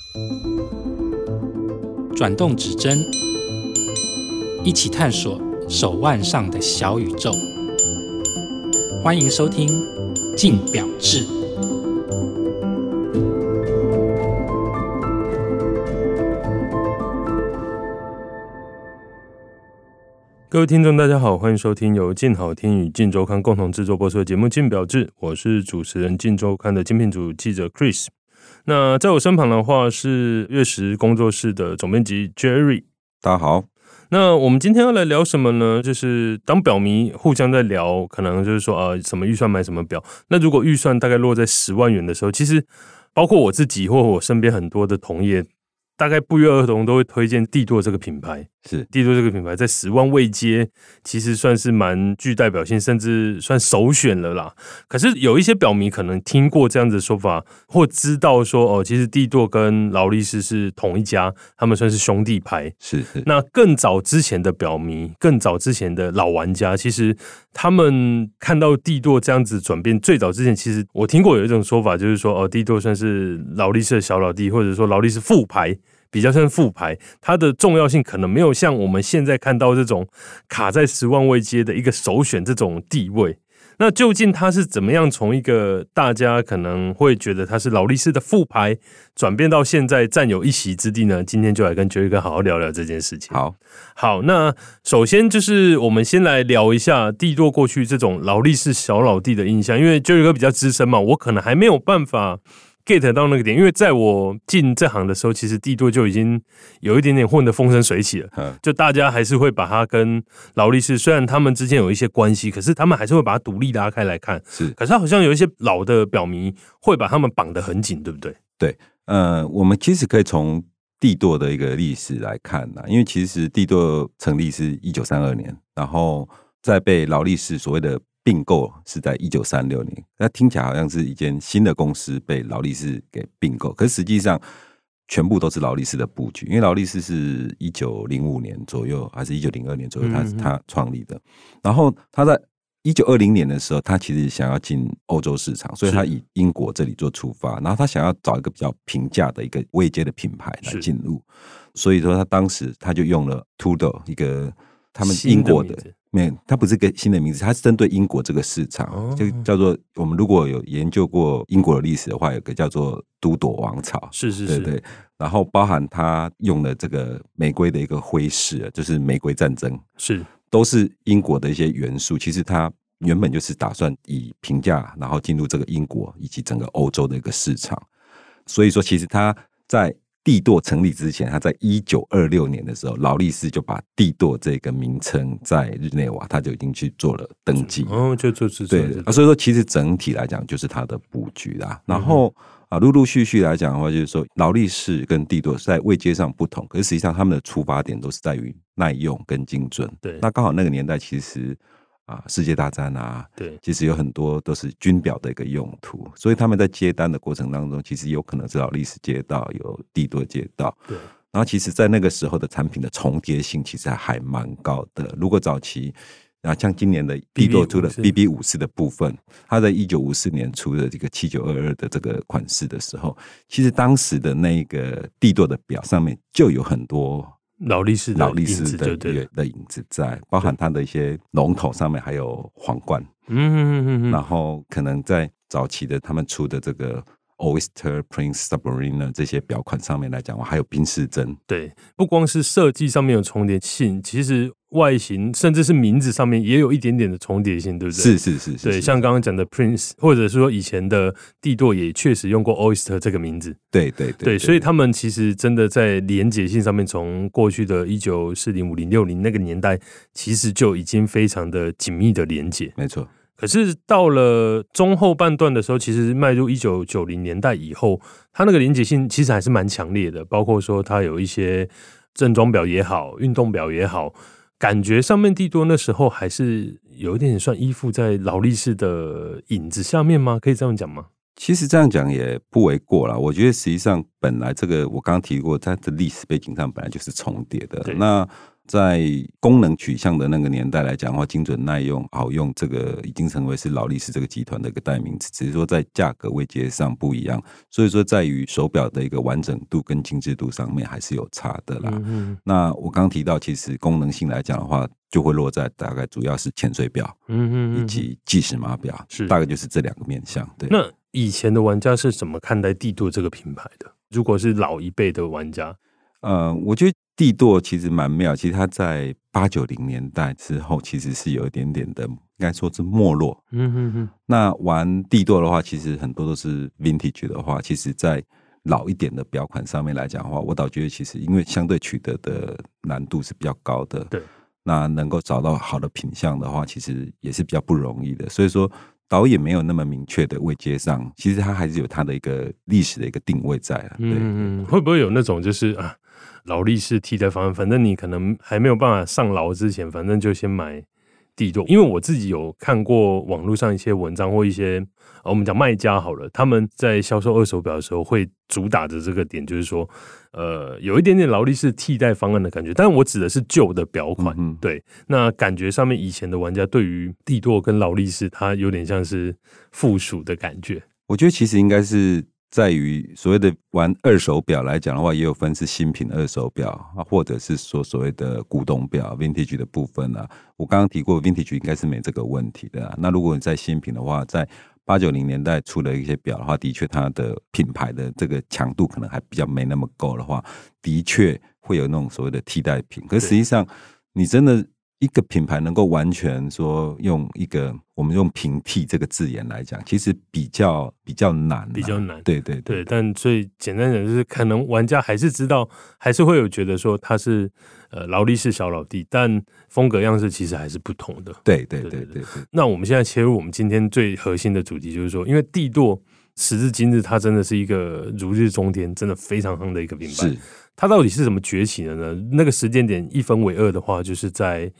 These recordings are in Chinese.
转动指针，一起探索手腕上的小宇宙。欢迎收听《镜表志》。 各位听众大家好，欢迎收听由镜好听与镜周刊共同制作播出的节目《镜表志》，我是主持人镜周刊的精品组记者 Chris。 那在我身旁的话是月食工作室的总编辑 Jerry。 大家好。 那我们今天要来聊什么呢？就是当表迷互相在聊，可能就是说什么预算买什么表。那如果预算大概落在10万元的时候，其实包括我自己或我身边很多的同业，大概不约而同都会推荐帝舵这个品牌。 是帝舵这个品牌在10万位阶，其实算是蛮具代表性，甚至算首选了啦。可是有一些表迷可能听过这样子的说法，或知道说其实帝舵跟劳力士是同一家，他们算是兄弟牌。 是。 那更早之前的表迷，更早之前的老玩家，其实他们看到帝舵这样子转变，最早之前其实我听过有一种说法，就是说帝舵算是劳力士的小老弟，或者说劳力士副牌。比较像副牌，它的重要性可能没有像我们现在看到这种卡在10万位阶的一个首选这种地位。那究竟它是怎么样从一个大家可能会觉得它是劳力士的副牌，转变到现在占有一席之地呢？今天就来跟 Jerry 哥好好聊聊这件事情。好，那首先就是我们先来聊一下帝舵过去这种劳力士小老弟的印象，因为 Jerry 哥比较资深嘛，我可能还没有办法get 到那个点，因为在我进这行的时候，其实帝舵就已经有一点点混得风生水起了。就大家还是会把它跟劳力士，虽然他们之间有一些关系，可是他们还是会把它独立拉开来看。 是， 可是好像有一些老的表迷会把他们绑得很紧，对不对？ 对，我们其实可以从帝舵的一个历史来看啦，因为其实帝舵成立是1932年，然后再被劳力士所谓的并购是在1936年，那听起来好像是一间新的公司被劳力士给并购，可是实际上全部都是劳力士的布局，因为劳力士是1905年左右还是1902年左右他创立的，然后他在1920年的时候，他其实想要进欧洲市场，所以他以英国这里做出发，然后他想要找一个比较平价的一个位阶的品牌来进入，所以说他当时他就用了 Tudor 一个他们英国的。它不是个新的名字，它是针对英国这个市场，就叫做我们如果有研究过英国的历史的话，有个叫做都铎王朝， 是， 对，然后包含它用了这个玫瑰的一个徽饰，就是玫瑰战争， 是都是英国的一些元素。其实它原本就是打算以平价，然后进入这个英国以及整个欧洲的一个市场，所以说其实它在帝舵成立之前，他在1926年的时候，劳力士就把帝舵这个名称在日内瓦，他就已经去做了登记。对，所以说其实整体来讲就是他的布局啦。然后陆陆续续来讲的话，就是说劳力士跟帝舵在位阶上不同，可是实际上他们的出发点都是在于耐用跟精准。 对， 那刚好那个年代其实世界大战对，其实有很多都是军表的一个用途，所以他们在接单的过程当中，其实有可能是劳力士接到，有帝舵接到。 对， 然后其实在那个时候的产品的重叠性其实还蛮高的。如果早期像今年的帝舵出的 BB54 的部分，它在1954年出的这个7922的这个款式的时候，其实当时的那个帝舵的表上面就有很多劳力士的影子在，包含它的一些龙头上面还有皇冠，然后可能在早期的他们出的这个 Oyster Prince Submariner 这些表款上面来讲，还有宾士针。对， 不光是设计上面有重叠性，其实外形甚至是名字上面也有一点点的重叠性，对不对？ 是。 对，像刚刚讲的 Prince， 或者是说以前的帝舵也确实用过 Oyster 这个名字。对，所以他们其实真的在连结性上面，从过去的1940、50、60那个年代，其实就已经非常的紧密的连结。 没错。 可是到了中后半段的时候，其实迈入1990年代以后，它那个连结性其实还是蛮强烈的，包括说它有一些正装表也好，运动表也好，感觉上面帝舵那时候还是有一点算依附在劳力士的影子下面吗？可以这样讲吗？ 其实这样讲也不为过啦。我觉得实际上本来这个我刚刚提过，它的历史背景上本来就是重叠的。那在功能取向的那个年代来讲的话，精准耐用好用这个已经成为是劳力士这个集团的一个代名词，只是说在价格位阶上不一样，所以说在于手表的一个完整度跟精致度上面还是有差的啦。那我刚提到其实功能性来讲的话，就会落在大概主要是潜水表以及计时码表，大概就是这2个面向。对， 那以前的玩家是怎么看待帝舵这个品牌的？如果是老一辈的玩家， 我觉得帝舵其实蛮妙，其实它在890年代之后其实是有一点点的应该说是没落。那玩帝舵的话，其实很多都是 vintage 的话，其实在老一点的表款上面来讲的话，我倒觉得其实因为相对取得的难度是比较高的， 对， 那能够找到好的品相的话，其实也是比较不容易的。所以说导演没有那么明确的位阶上，其实他还是有他的一个历史的一个定位在了。 会不会有那种就是劳力士替代方案，反正你可能还没有办法上劳之前，反正就先买帝舵？因为我自己有看过网络上一些文章或一些我们讲卖家好了，他们在销售二手表的时候会主打的这个点，就是说有一点点劳力士替代方案的感觉，但我指的是旧的表款。对，那感觉上面以前的玩家对于帝舵跟劳力士，它有点像是附属的感觉。 我觉得其实应该是在于所谓的玩二手表来讲的话，也有分是新品二手表或者是说所谓的古董表 vintage 的部分啊。我刚刚提过 vintage 应该是没这个问题的那如果你在新品的话，在890年代出了一些表的话，的确它的品牌的这个强度可能还比较没那么够的话，的确会有那种所谓的替代品。可是实际上你真的一个品牌能够完全说用一个我们用平替这个字眼来讲，其实比较难， 比较难。 对。 但最简单的就是可能玩家还是知道，还是会有觉得说它是劳力士小老弟，但风格样式其实还是不同的。 对。 那我们现在切入我们今天最核心的主题，就是说因为帝舵时至今日它真的是一个如日中天，真的非常夯的一个品牌。是它到底是怎么崛起的呢？那个时间点一分为二的话，就是在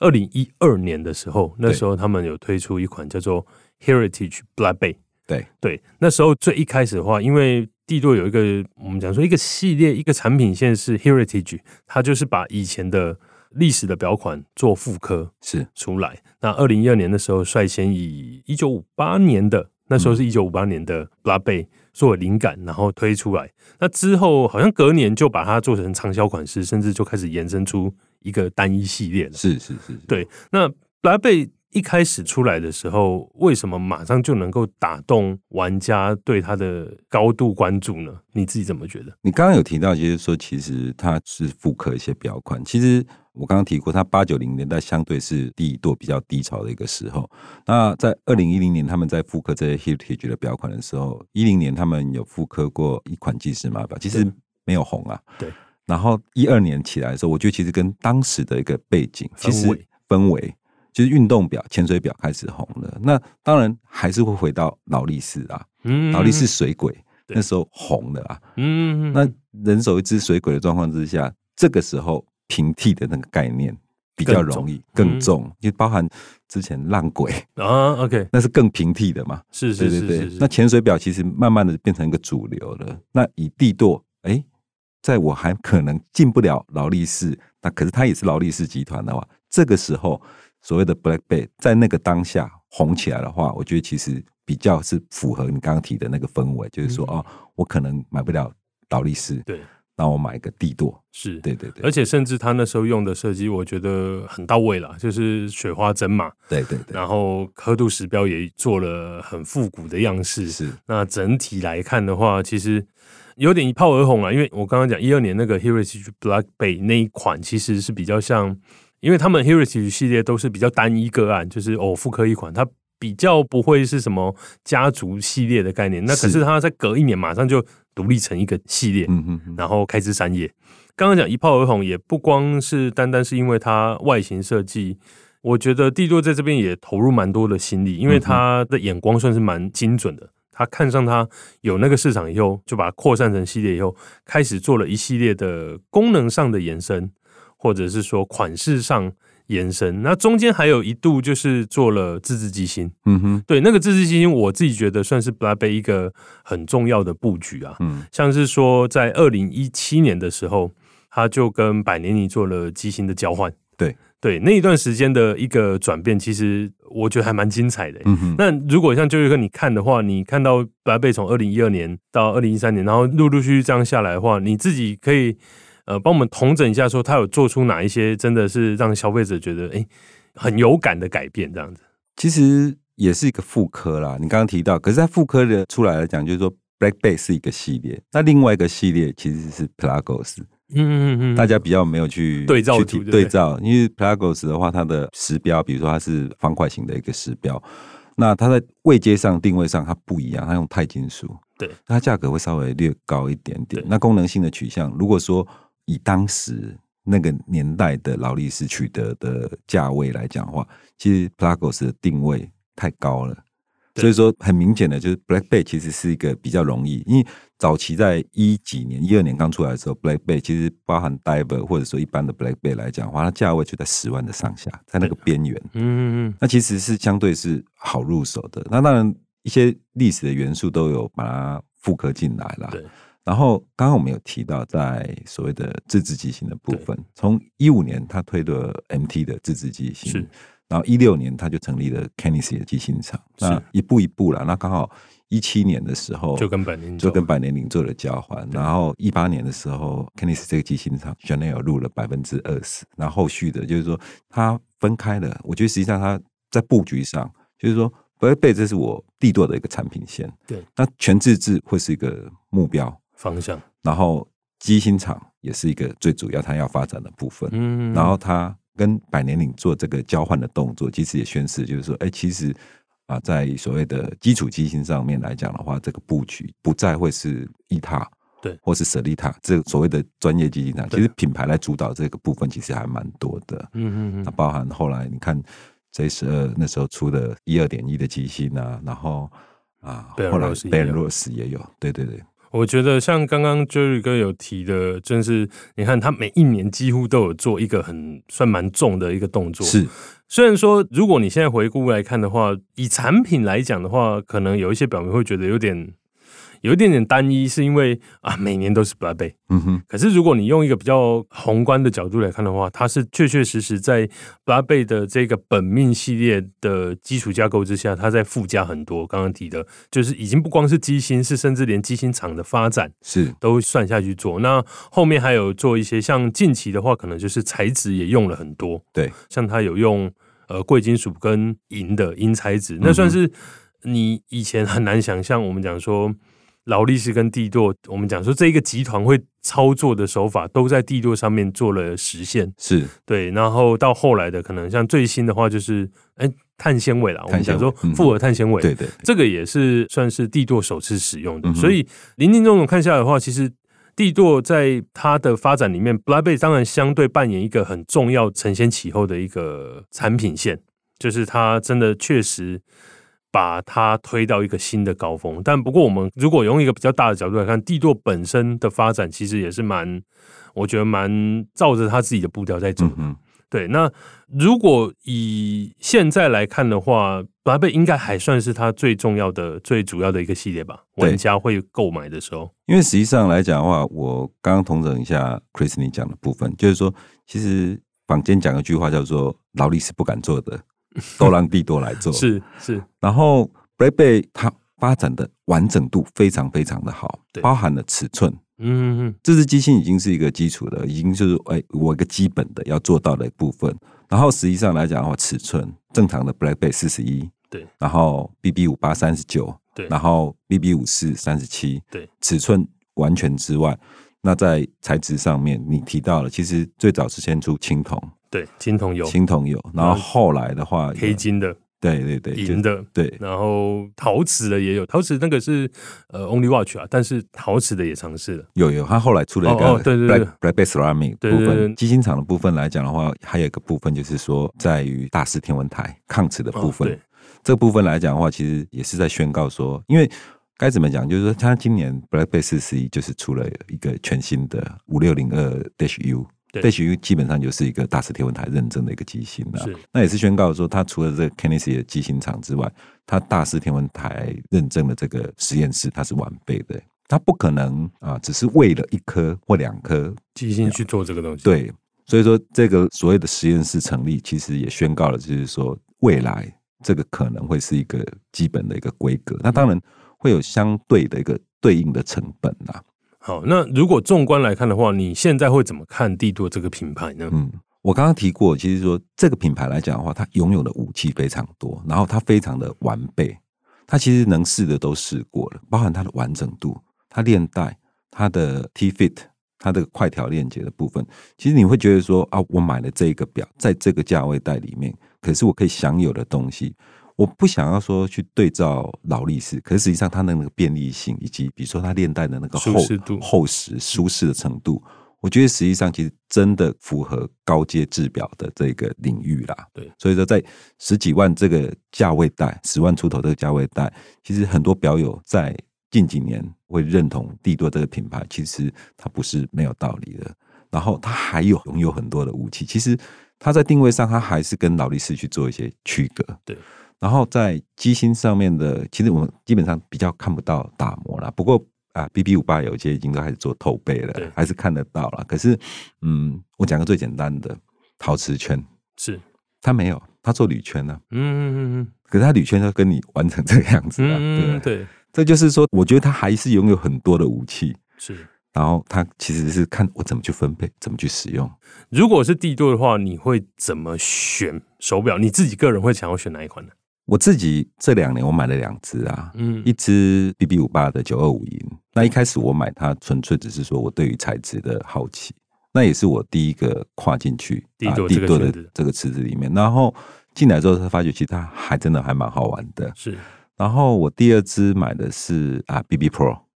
2012年的时候，那时候他们有推出一款叫做 Heritage Black Bay。对，那时候最一开始的话，因为帝舵有一个我们讲说一个系列一个产品线是 Heritage， 它就是把以前的历史的表款做复刻是出来。那2012年的时候，率先以1958年的那时候是1958年的 Black Bay 作为灵感，然后推出来。那之后好像隔年就把它做成畅销款式，甚至就开始延伸出一个单一系列了。是。对，那 Black Bay 一开始出来的时候，为什么马上就能够打动玩家对它的高度关注呢？你自己怎么觉得？ 你刚刚有提到，就是说其实它是复刻一些表款，其实我刚刚提过，它890年代相对是帝舵比较低潮的一个时候。那在2010年，他们在复刻这些 Heritage 的表款的时候，10年他们有复刻过一款计时码表，其实没有红啊。对。然后12年起来的时候，我觉得其实跟当时的一个背景，其实氛围。就是运动表、潜水表开始红了，那当然还是会回到劳力士啊，劳力士水鬼那时候红了啊，那人手一只水鬼的状况之下，这个时候平替的那个概念比较容易更重，就包含之前浪鬼 OK， 那是更平替的嘛，是。那潜水表其实慢慢的变成一个主流了，那以帝舵，在我还可能进不了劳力士，那可是它也是劳力士集团的话，这个时候。所谓的 Black Bay 在那个当下红起来的话，我觉得其实比较是符合你刚刚提的那个氛围，就是说我可能买不了劳力士，对，那我买一个帝舵，是，对，而且甚至他那时候用的设计，我觉得很到位啦，就是雪花针嘛，对，然后刻度时标也做了很复古的样式，是。那整体来看的话，其实有点一炮而红啦，因为我刚刚讲12年那个 Heritage Black Bay 那一款，其实是比较像。因为他们 Heritage 系列都是比较单一个案，就是复刻一款，它比较不会是什么家族系列的概念。那可是它在隔一年马上就独立成一个系列，然后开枝散叶。刚刚讲一炮而红，也不光是单单是因为它外形设计，我觉得帝舵在这边也投入蛮多的心力，因为他的眼光算是蛮精准的。他看上它有那个市场以后，就把它扩散成系列以后，开始做了一系列的功能上的延伸。或者是说款式上延伸，那中间还有一度就是做了自制机芯，对，那个自制机芯我自己觉得算是 Black Bay 一个很重要的布局啊，像是说在2017年的时候， 他就跟百年尼做了机芯的交换。 对， 那一段时间的一个转变，其实我觉得还蛮精彩的。那如果像Jerry哥你看的话，你看到BlackBerry从2012年到2013年，然后陆陆续续这样下来的话，你自己可以帮我们统整一下，说他有做出哪一些真的是让消费者觉得很有感的改变，这样子。 其实也是一个复刻啦，你刚刚提到，可是在复刻的出来来讲，就是说 BlackBerry 是一个系列，那另外一个系列其实是 Plugos。大家比较没有去对照， 因为 Plugos 的话，它的时标，比如说它是方块型的一个时标，那它在位阶上、定位上它不一样，它用钛金属， 对， 它价格会稍微略高一点点。那功能性的取向，如果说以当时那个年代的劳力士取得的价位来讲的话，其实 Plugos 的定位太高了。所以说很明显的就是 BlackBerry 其实是一个比较容易，因为早期在12年刚出来的时候， BlackBerry 其实包含 Diver 或者说一般的 BlackBerry 来讲的话，它价位就在10万的上下，在那个边缘。那其实是相对是好入手的。那当然一些历史的元素都有把它复刻进来了。然后刚刚我们有提到在所谓的自制机芯的部分，从15年它推了 MT 的自制机芯，是。然后16年他就成立了 Kenisys 的机芯厂，那一步一步啦，那刚好17年的时候就跟百年灵做了交换，然后18年的时候 Kenisys 这个机芯厂 Chanel 入了 20%， 然后后续的就是说它分开了。我觉得实际上它在布局上就是说 BlackBerry 这是我帝舵的一个产品线，对，那全自制会是一个目标方向，然后机芯厂也是一个最主要它要发展的部分，然后它跟百年灵做这个交换的动作，其实也宣示就是说，其实在所谓的基础机芯上面来讲的话，这个布局不再会是伊塔，对，或是舍利塔这个所谓的专业机芯厂，其实品牌来主导这个部分其实还蛮多的。那包含后来你看 J12 那时候出的12.1的机芯啊，然后后来 Benrose 也有，对。 我觉得像刚刚 Jerry 哥有提的，真是你看他每一年几乎都有做一个算蛮重的一个动作。是，虽然说如果你现在回顾来看的话，以产品来讲的话，可能有一些表迷会觉得有一点点单一，是因为每年都是 BlackBerry。可是如果你用一个比较宏观的角度来看的话，它是确确实实在 BlackBerry 的这个本命系列的基础架构之下，它在附加很多。刚刚提的，就是已经不光是机芯，是甚至连机芯厂的发展是都算下去做。那后面还有做一些，像近期的话，可能就是材质也用了很多。对，像它有用贵金属跟银材质，那算是你以前很难想象。我们讲说劳力士跟帝舵，我们讲说这一个集团会操作的手法都在帝舵上面做了实现，是对。然后到后来的可能像最新的话就是碳纤维啦，我们讲说复合碳纤维，对，这个也是算是帝舵首次使用的。所以林林总总看下来的话，其实帝舵在它的发展里面 BlackBerry 当然相对扮演一个很重要承先启后的一个产品线，就是它真的确实把它推到一个新的高峰。但不过我们如果用一个比较大的角度来看，帝舵本身的发展其实也是我觉得蛮照着他自己的步调在走的。对，那如果以现在来看的话，BlackBerry应该还算是它最重要的、最主要的一个系列吧？玩家会购买的时候， 因为实际上来讲的话，我刚刚统整一下 Chris 你讲的部分，就是说，其实坊间讲一句话叫做“劳力士不敢做的，都让帝舵来做”。是。然后 BlackBerry 它发展的完整度非常非常的好，包含了尺寸。这支机芯已经是一个基础的，已经就是我一个基本的要做到的部分。然后实际上来讲的话，尺寸正常的 BlackBerry 41，对，然后 BB58 39，对，然后 BB54 37，对，尺寸完全之外，那在材质上面，你提到了，其实最早是先出青铜，对，青铜有，然后后来的话， 黑金的。对，银的，对，然后陶瓷的也有，陶瓷那个是Only Watch 啊，但是陶瓷的也尝试了， 有，他后来出了一个 BlackBerry Ceramic 部分，机芯厂的部分来讲的话，还有一个部分就是说，在于大师天文台抗磁的部分，这个部分来讲的话，其实也是在宣告说，因为该怎么讲，就是说，他今年 BlackBerry 41就是出了一个全新的5602-U。Dash U 基本上就是一个大师天文台认证的一个机芯啦，那也是宣告说，它除了这个 Kenisys 的机芯厂之外，它大师天文台认证的这个实验室它是完备的。 它不可能只是为了1颗或2颗基因去做这个东西。 对，所以说这个所谓的实验室成立，其实也宣告了，就是说未来这个可能会是一个基本的一个规格。那当然会有相对的一个对应的成本啦。 好，那如果纵观来看的话，你现在会怎么看帝舵这个品牌呢？ 我刚刚提过，其实说这个品牌来讲的话，它拥有的武器非常多，然后它非常的完备，它其实能试的都试过了，包含它的完整度、它链带、它的 T-fit、它的快调链接的部分。其实你会觉得说我买了这个表，在这个价位带里面，可是我可以享有的东西，我不想要说去对照劳力士，可是实际上它的那个便利性，以及比如说它链带的那个厚实、舒适的程度，我觉得实际上其实真的符合高阶制表的这个领域啦。 对， 所以说在10几万这个价位带，10万出头这个价位带，其实很多表友在近几年会认同帝舵这个品牌，其实它不是没有道理的。然后它还拥有很多的武器，其实它在定位上，它还是跟劳力士去做一些区隔。 对。 然后在机芯上面的，其实我们基本上比较看不到打磨啦。不过BB58 有些已经都开始做透背了，还是看得到啦。可是我讲个最简单的，陶瓷圈是它没有，它做铝圈啊。可是它铝圈就跟你玩成这个样子啊。 对， 这就是说，我觉得它还是拥有很多的武器。 是。 然后它其实是看我怎么去分配，怎么去使用。 如果是帝舵的话，你会怎么选手表？你自己个人会想要选哪一款呢？ 我自己这2年我买了2只啊，一只 BB58 的925银。那一开始我买它纯粹只是说我对于材质的好奇，那也是我第一个跨进去帝舵的这个池子里面。然后进来之后才发觉，其实它还真的还蛮好玩的。 是。 然后我第2只买的是BB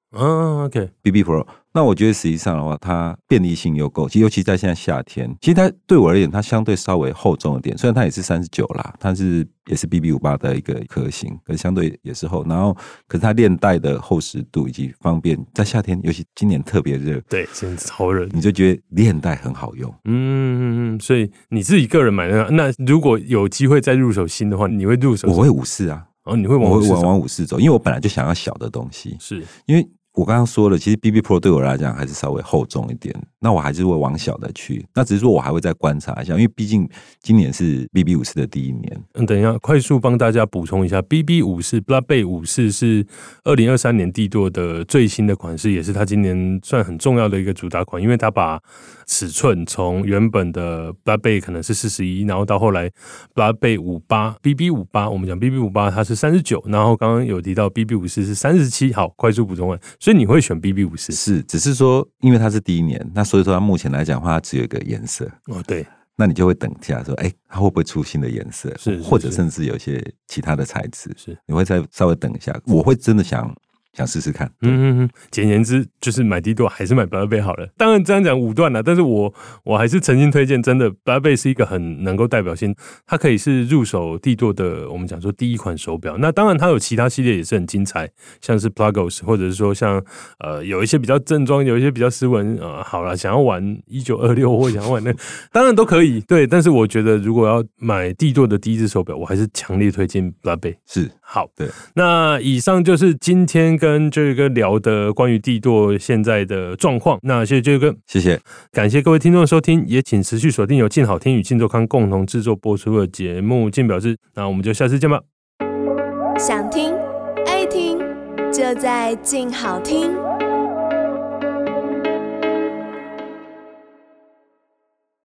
Pro。BB Pro， 那我觉得实际上的话，它便利性又够，其实尤其在现在夏天，其实它对我而言，它相对稍微厚重一点。虽然它也是39啦，它也是 BB58 的一个壳型，可是相对也是厚。然后，可是它链带的厚实度以及方便，在夏天，尤其今年特别热， 对，现在超热， 你就觉得链带很好用。 所以你自己个人买的，那如果有机会再入手新的话，你会入手？ 我会54啊。 你会往 54走，因为我本来就想要小的东西， 是因为我刚刚说了，其实 BB Pro 对我来讲还是稍微厚重一点，那我还是会往小的去，那只是说我还会再观察一下，因为毕竟今年是 BB54 的第1年。 等一下，快速帮大家补充一下 ，BB54 Blood Bay 54是2023年帝舵的最新的款式，也是它今年算很重要的一个主打款，因为它把尺寸从原本的 Blood Bay 可能是41，然后到后来 Blood Bay 58，BB58，我们讲 BB58 它是39，然后刚刚有提到 BB54 是37，好，快速补充完。所以你会选 BB54？ 是，只是说因为它是第1年，那所以说它目前来讲的话，它只有一个颜色。 对， 那你就会等一下说，它会不会出新的颜色？ 是， 或者甚至有些其他的材质， 是， 你会再稍微等一下。我会真的想试试看。 简言之，就是买帝舵还是买 Blood Bay 好了。当然这样讲武断了，但是我还是诚心推荐，真的 Blood Bay 是一个很能够代表性，它可以是入手帝舵的，我们讲说第1款手表。那当然它有其他系列也是很精彩，像是 Plagos， 或者是说像有一些比较正装，有一些比较斯文。好了，想要玩1926或想要玩那当然都可以。对，但是我觉得如果要买帝舵的第1只手表，我还是强烈推荐 Blood Bay。 是， 好， 对。 那以上就是今天跟Jerry哥聊的关于帝舵现在的状况。那谢谢Jerry哥， 谢谢， 感谢各位听众的收听，也请持续锁定由静好听与静周刊共同制作播出的节目《静表志》。那我们就下次见吧。 想听爱听，就在静好听。